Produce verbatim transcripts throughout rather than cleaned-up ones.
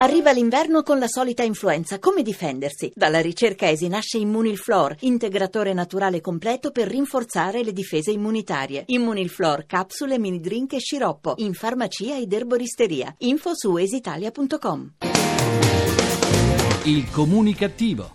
Arriva l'inverno con la solita influenza. Come difendersi? Dalla ricerca E S I nasce Immunilflor, integratore naturale completo per rinforzare le difese immunitarie. Immunilflor, capsule, mini drink e sciroppo. In farmacia ed erboristeria. Info su esitalia punto com. Il comunicativo.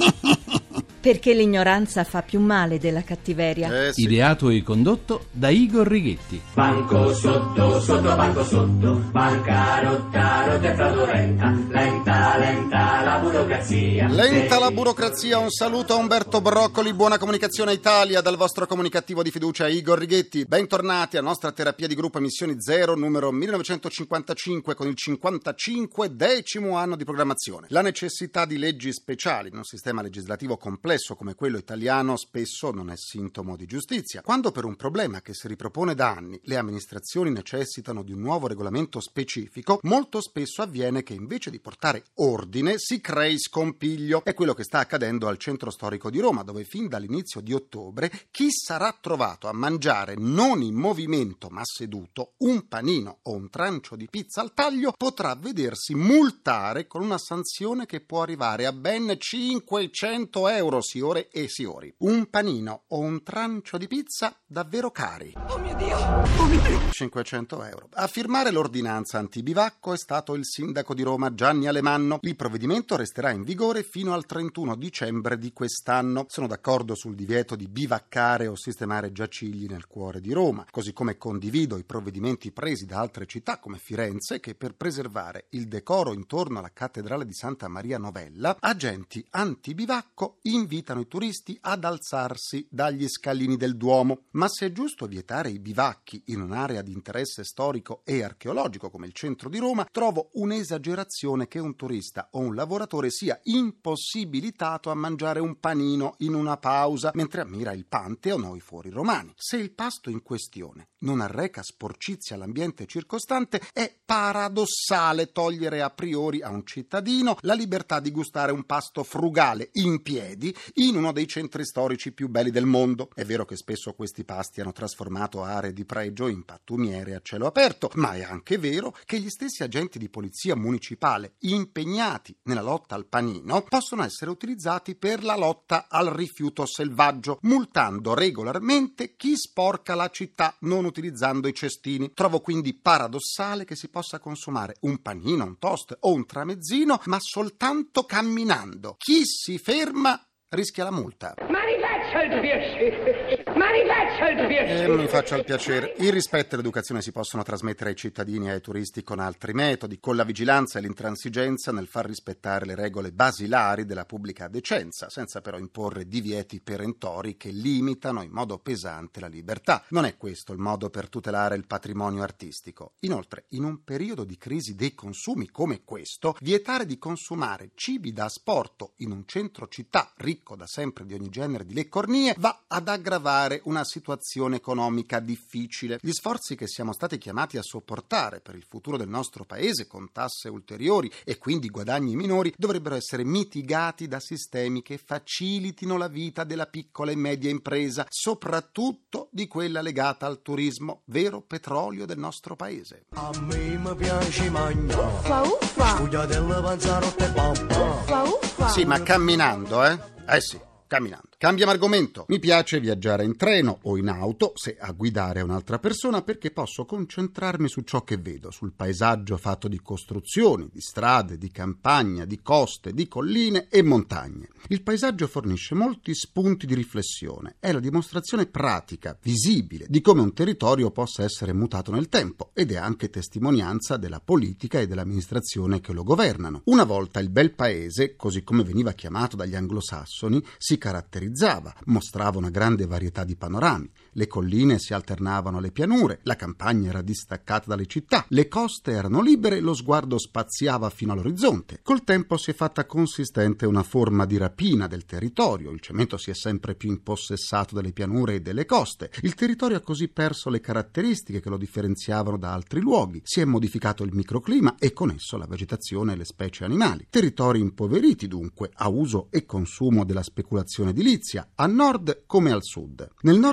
Perché l'ignoranza fa più male della cattiveria. Eh sì. Ideato e condotto da Igor Righetti. Banco sotto, sotto, banco sotto, bancarotta, rotta e fraudolenta, lenta, lenta la burocrazia. Lenta la burocrazia, un saluto a Umberto Broccoli, buona comunicazione Italia, dal vostro comunicativo di fiducia Igor Righetti. Bentornati alla nostra terapia di gruppo Emissioni Zero, numero millenovecentocinquantacinque, con il cinquantacinque decimo anno di programmazione. La necessità di leggi speciali in un sistema legislativo complesso come quello italiano spesso non è sintomo di giustizia. Quando per un problema che si ripropone da anni le amministrazioni necessitano di un nuovo regolamento specifico, molto spesso avviene che invece di portare ordine si crei scompiglio. È quello che sta accadendo al centro storico di Roma, dove fin dall'inizio di ottobre chi sarà trovato a mangiare non in movimento ma seduto un panino o un trancio di pizza al taglio potrà vedersi multare con una sanzione che può arrivare a ben cinquecento euro signore e signori. Un panino o un trancio di pizza davvero cari. Oh mio Dio! Oh mio Dio! cinquecento euro. A firmare l'ordinanza antibivacco è stato il sindaco di Roma Gianni Alemanno. Il provvedimento resterà in vigore fino al trentuno dicembre di quest'anno. Sono d'accordo sul divieto di bivaccare o sistemare giacigli nel cuore di Roma, così come condivido i provvedimenti presi da altre città come Firenze che, per preservare il decoro intorno alla cattedrale di Santa Maria Novella, agenti antibivacco invitano i turisti ad alzarsi dagli scalini del Duomo. Ma se è giusto vietare i bivacchi in un'area di interesse storico e archeologico come il centro di Roma, trovo un'esagerazione che un turista o un lavoratore sia impossibilitato a mangiare un panino in una pausa mentre ammira il Pantheon o i Fori Romani. Se il pasto in questione non arreca sporcizia all'ambiente circostante, è paradossale togliere a priori a un cittadino la libertà di gustare un pasto frugale in piedi in uno dei centri storici più belli del mondo. È vero che spesso questi pasti hanno trasformato aree di pregio in pattumiere a cielo aperto, ma è anche vero che gli stessi agenti di polizia municipale impegnati nella lotta al panino possono essere utilizzati per la lotta al rifiuto selvaggio, multando regolarmente chi sporca la città non utilizzando i cestini. Trovo quindi paradossale che si possa consumare un panino, un toast o un tramezzino, ma soltanto camminando. Chi si ferma rischia la multa. Ma rifaccia il piacere! Ma rifaccia il piacere! E mi faccia il piacere. Il rispetto e l'educazione si possono trasmettere ai cittadini e ai turisti con altri metodi, con la vigilanza e l'intransigenza nel far rispettare le regole basilari della pubblica decenza, senza però imporre divieti perentori che limitano in modo pesante la libertà. Non è questo il modo per tutelare il patrimonio artistico. Inoltre, in un periodo di crisi dei consumi come questo, vietare di consumare cibi da asporto in un centro città ricco da sempre di ogni genere di leccornie va ad aggravare una situazione economica difficile. Gli sforzi che siamo stati chiamati a sopportare per il futuro del nostro paese con tasse ulteriori e quindi guadagni minori dovrebbero essere mitigati da sistemi che facilitino la vita della piccola e media impresa, soprattutto di quella legata al turismo, vero petrolio del nostro paese. A me mi piace mangiare. Uffa uffa! Scugliatella, panzarotta e papà. Uffa uffa! Sì, ma camminando, eh? Eh sì, camminando. Cambiamo argomento. Mi piace viaggiare in treno o in auto, se a guidare è un'altra persona, perché posso concentrarmi su ciò che vedo, sul paesaggio fatto di costruzioni, di strade, di campagna, di coste, di colline e montagne. Il paesaggio fornisce molti spunti di riflessione. È la dimostrazione pratica, visibile, di come un territorio possa essere mutato nel tempo ed è anche testimonianza della politica e dell'amministrazione che lo governano. Una volta il bel paese, così come veniva chiamato dagli anglosassoni, si caratterizzava, mostrava una grande varietà di panorami. Le colline si alternavano alle pianure, la campagna era distaccata dalle città, le coste erano libere, lo sguardo spaziava fino all'orizzonte. Col tempo si è fatta consistente una forma di rapina del territorio, il cemento si è sempre più impossessato delle pianure e delle coste, il territorio ha così perso le caratteristiche che lo differenziavano da altri luoghi, si è modificato il microclima e con esso la vegetazione e le specie animali. Territori impoveriti dunque, a uso e consumo della speculazione edilizia, a nord come al sud. Nel nord Italia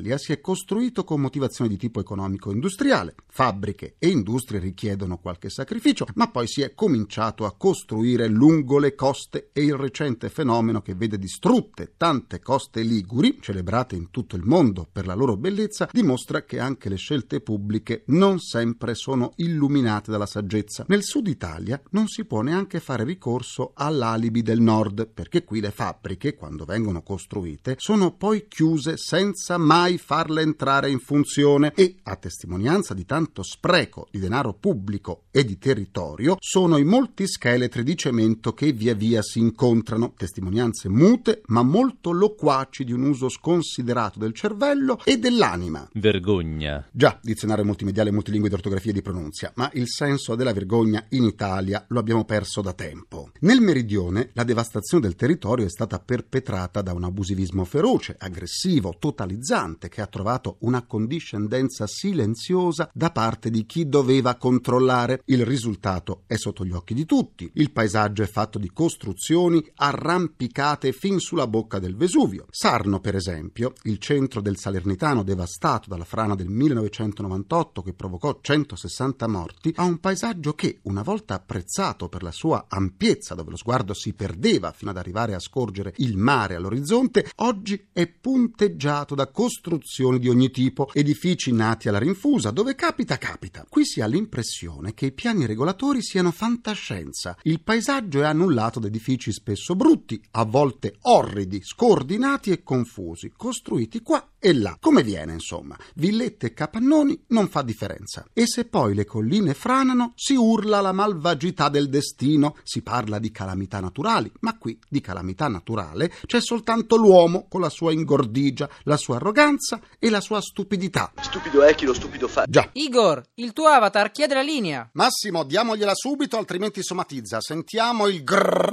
Italia si è costruito con motivazione di tipo economico-industriale. Fabbriche e industrie richiedono qualche sacrificio, ma poi si è cominciato a costruire lungo le coste e il recente fenomeno che vede distrutte tante coste liguri, celebrate in tutto il mondo per la loro bellezza, dimostra che anche le scelte pubbliche non sempre sono illuminate dalla saggezza. Nel sud Italia non si può neanche fare ricorso all'alibi del nord, perché qui le fabbriche, quando vengono costruite, sono poi chiuse senza mai farle entrare in funzione e, a testimonianza di tanto spreco di denaro pubblico e di territorio, sono i molti scheletri di cemento che via via si incontrano, testimonianze mute ma molto loquaci di un uso sconsiderato del cervello e dell'anima. Vergogna. Già, dizionario multimediale multilingue di ortografia e di pronunzia, ma il senso della vergogna in Italia lo abbiamo perso da tempo. Nel meridione la devastazione del territorio è stata perpetrata da un abusivismo feroce, aggressivo, totalizzante, che ha trovato una condiscendenza silenziosa da parte di chi doveva controllare. Il risultato è sotto gli occhi di tutti. Il paesaggio è fatto di costruzioni arrampicate fin sulla bocca del Vesuvio. Sarno, per esempio, il centro del Salernitano devastato dalla frana del millenovecentonovantotto che provocò centosessanta morti, ha un paesaggio che, una volta apprezzato per la sua ampiezza, dove lo sguardo si perdeva fino ad arrivare a scorgere il mare all'orizzonte, oggi è punteggiato da costruzioni di ogni tipo, edifici nati alla rinfusa, dove capita capita. Qui si ha l'impressione che i piani regolatori siano fantascienza. Il paesaggio è annullato da edifici spesso brutti, a volte orridi, scordinati e confusi, costruiti qua e là. Come viene, insomma? Villette e capannoni non fa differenza. E se poi le colline franano, si urla la malvagità del destino, si parla di calamità naturali, ma qui di calamità naturale c'è soltanto l'uomo con la sua ingordigia, la sua arroganza e la sua stupidità. Stupido è chi lo stupido fa. Già. Igor, il tuo avatar chiede la linea. Massimo, diamogliela subito, altrimenti somatizza. Sentiamo il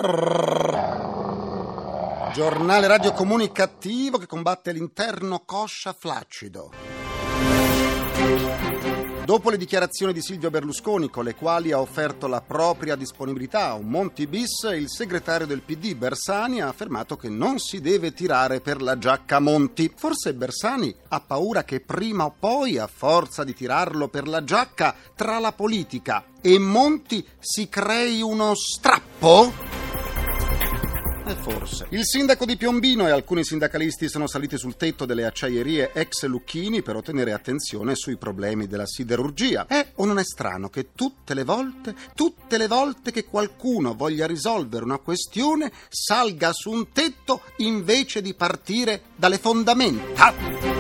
grrrr. Giornale radio comunicativo che combatte l'interno coscia flaccido. Dopo le dichiarazioni di Silvio Berlusconi, con le quali ha offerto la propria disponibilità a un Monti bis, il segretario del P D Bersani ha affermato che non si deve tirare per la giacca Monti. Forse Bersani ha paura che prima o poi, a forza di tirarlo per la giacca, tra la politica e Monti si crei uno strappo? E forse. Il sindaco di Piombino e alcuni sindacalisti sono saliti sul tetto delle acciaierie ex Lucchini per ottenere attenzione sui problemi della siderurgia. È o non è strano che tutte le volte, tutte le volte che qualcuno voglia risolvere una questione, salga su un tetto invece di partire dalle fondamenta?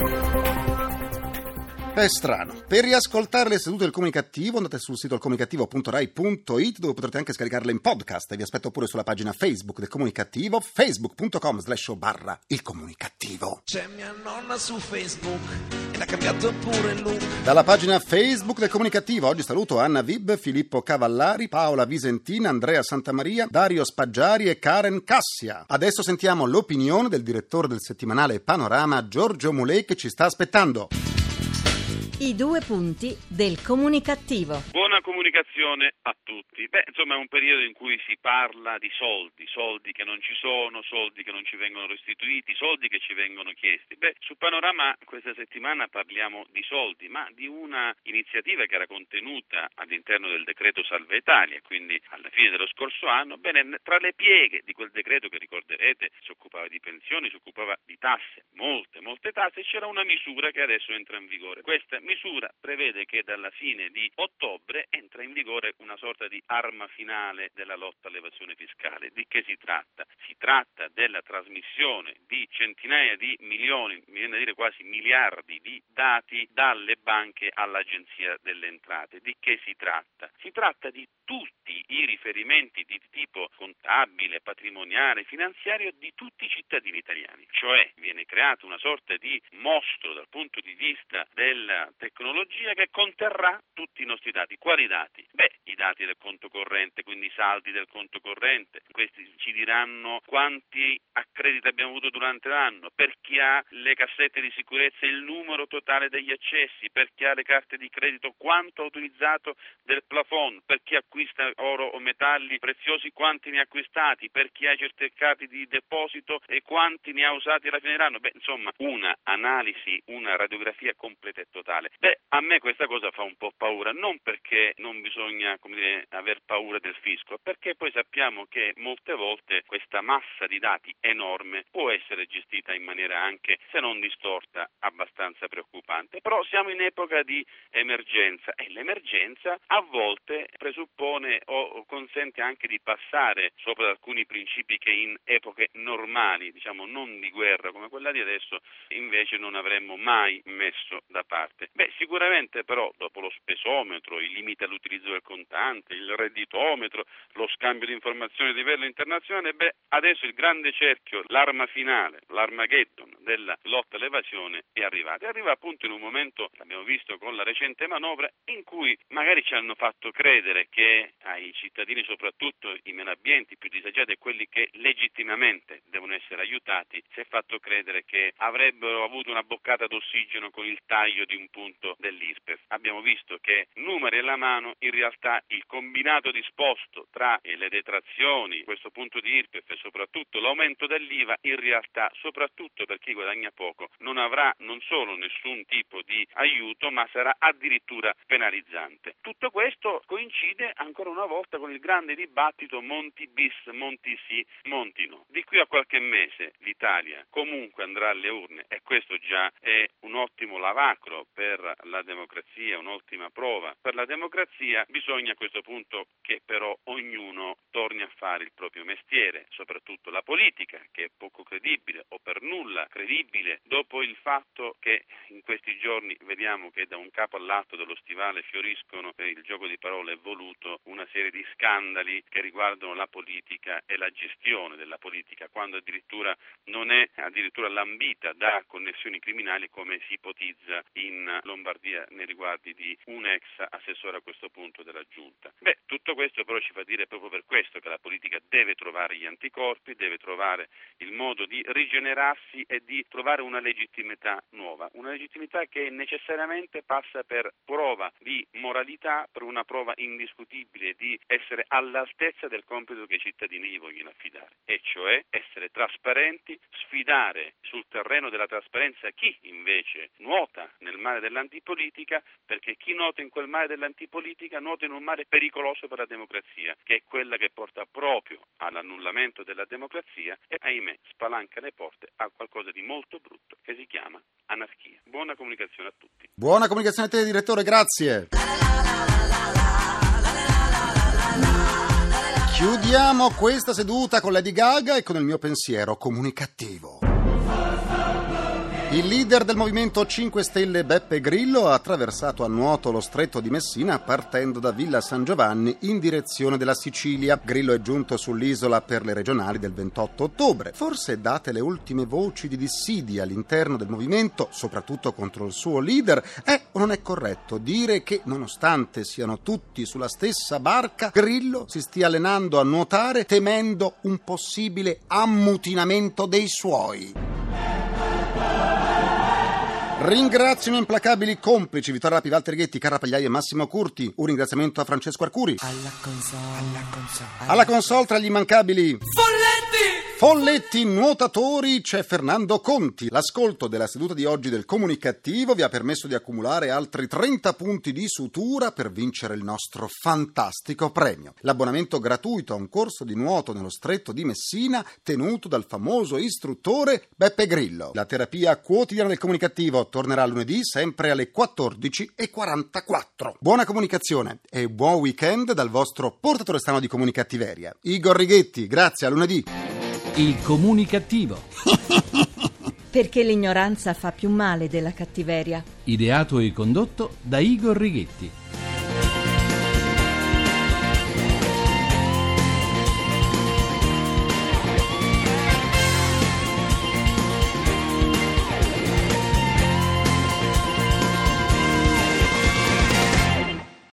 È strano. Per riascoltare le sedute del Comunicativo andate sul sito ilcomunicativo punto rai punto it, dove potrete anche scaricarle in podcast, e vi aspetto pure sulla pagina Facebook del Comunicativo, facebook punto com slash barra il Comunicativo. C'è mia nonna su Facebook ed ha cambiato pure il look. Dalla pagina Facebook del Comunicativo oggi saluto Anna Vib, Filippo Cavallari, Paola Visentina, Andrea Santamaria, Dario Spaggiari e Karen Cassia. Adesso sentiamo l'opinione del direttore del settimanale Panorama, Giorgio Mulè, che ci sta aspettando. I due punti del Comunicativo. Buona comunicazione a tutti. Beh, insomma, è un periodo in cui si parla di soldi, soldi che non ci sono, soldi che non ci vengono restituiti, soldi che ci vengono chiesti. Beh, su Panorama questa settimana parliamo di soldi, ma di una iniziativa che era contenuta all'interno del decreto Salva Italia, quindi alla fine dello scorso anno. Bene, tra le pieghe di quel decreto, che ricorderete si occupava di pensioni, si occupava di tasse, molte, molte tasse, c'era una misura che adesso entra in vigore. Questa misura prevede che dalla fine di ottobre entra in vigore una sorta di arma finale della lotta all'evasione fiscale. Di che si tratta? Si tratta della trasmissione di centinaia di milioni, mi viene a dire quasi miliardi di dati dalle banche all'Agenzia delle Entrate. Di che si tratta? Si tratta di tutti i riferimenti di tipo contabile, patrimoniale, finanziario di tutti i cittadini italiani. Cioè viene creata una sorta di mostro dal punto di vista della tecnologia che conterrà tutti i nostri dati. Quali dati? Beh, i dati del conto corrente, quindi i saldi del conto corrente, questi ci diranno quanti accrediti abbiamo avuto durante l'anno, per chi ha le cassette di sicurezza il numero totale degli accessi, per chi ha le carte di credito quanto ha utilizzato del plafond, per chi acquista oro o metalli preziosi quanti ne ha acquistati, per chi ha i certificati di deposito e quanti ne ha usati alla fine dell'anno. Beh, insomma, una analisi, una radiografia completa e totale. Beh, a me questa cosa fa un po' paura, non perché non bisogna, come dire, aver paura del fisco, perché poi sappiamo che molte volte questa massa di dati enorme può essere gestita in maniera anche, se non distorta, abbastanza preoccupante. Però siamo in epoca di emergenza e l'emergenza a volte presuppone o consente anche di passare sopra alcuni principi che in epoche normali, diciamo non di guerra come quella di adesso, invece non avremmo mai messo da parte. Beh, sicuramente però dopo lo spesometro, i limiti all'utilizzo del contante, il redditometro, lo scambio di informazioni a livello internazionale, beh, adesso il grande cerchio, l'arma finale, l'Armageddon della lotta all'evasione è arrivata. E arriva appunto in un momento, l'abbiamo visto con la recente manovra, in cui magari ci hanno fatto credere che ai cittadini, soprattutto i meno abbienti, più disagiati e quelli che legittimamente devono essere aiutati, si è fatto credere che avrebbero avuto una boccata d'ossigeno con il taglio di un punto dell'I R P E F. Abbiamo visto che, numeri alla mano, in realtà il combinato disposto tra le detrazioni, questo punto di I R P E F e soprattutto l'aumento dell'I V A, in realtà, soprattutto per chi guadagna poco, non avrà non solo nessun tipo di aiuto, ma sarà addirittura penalizzante. Tutto questo coincide ancora una volta con il grande dibattito Monti bis, Monti sì, Monti no. Di qui a qualche mese l'Italia comunque andrà alle urne e questo già è un ottimo lavacro per la democrazia, un'ottima prova per la democrazia. Bisogna a questo punto che però ognuno torni a fare il proprio mestiere, soprattutto la politica, che è poco credibile o per nulla credibile dopo il fatto che in questi giorni vediamo che da un capo all'altro dello stivale fioriscono, per il gioco di parole è voluto, una serie di scandali che riguardano la politica e la gestione della politica, quando addirittura non è addirittura lambita da connessioni criminali come si ipotizza in Lombardia nei riguardi di un ex assessore a questo punto della giunta. Beh, tutto questo però ci fa dire proprio per questo che la politica deve trovare gli anticorpi, deve trovare il modo di rigenerarsi e di trovare una legittimità nuova, una legittimità che necessariamente passa per prova di moralità, per una prova indiscutibile di essere all'altezza del compito che i cittadini gli vogliono affidare, e cioè essere trasparenti, sfidare sul terreno della trasparenza chi invece nuota nel mare dell'antipolitica, perché chi nuota in quel mare dell'antipolitica nuota in un mare pericoloso per la democrazia, che è quella che porta proprio all'annullamento della democrazia e, ahimè, spalanca le porte a qualcosa di molto brutto che si chiama anarchia. Buona comunicazione a tutti. Buona comunicazione a te, direttore, grazie. Chiudiamo questa seduta con Lady Gaga e con il mio pensiero comunicativo. Il leader del Movimento cinque Stelle Beppe Grillo ha attraversato a nuoto lo stretto di Messina partendo da Villa San Giovanni in direzione della Sicilia. Grillo è giunto sull'isola per le regionali del ventotto ottobre. Forse, date le ultime voci di dissidia all'interno del movimento, soprattutto contro il suo leader, è o non è corretto dire che, nonostante siano tutti sulla stessa barca, Grillo si stia allenando a nuotare temendo un possibile ammutinamento dei suoi? Ringrazio i miei implacabili complici Vittorio Rapi, Walter Ghetti, Carla Pagliai e Massimo Curti. Un ringraziamento a Francesco Arcuri. Alla console, alla console. Alla console tra gli immancabili Folletti! Folletti nuotatori c'è Fernando Conti. L'ascolto della seduta di oggi del Comunicativo vi ha permesso di accumulare altri trenta punti di sutura per vincere il nostro fantastico premio. L'abbonamento gratuito a un corso di nuoto nello stretto di Messina tenuto dal famoso istruttore Beppe Grillo. La terapia quotidiana del Comunicativo tornerà lunedì sempre alle quattordici e quarantaquattro. Buona comunicazione e buon weekend dal vostro portatore strano di comunicattiveria, Igor Righetti. Grazie, a lunedì. Il Comunicativo. Perché l'ignoranza fa più male della cattiveria. Ideato e condotto da Igor Righetti.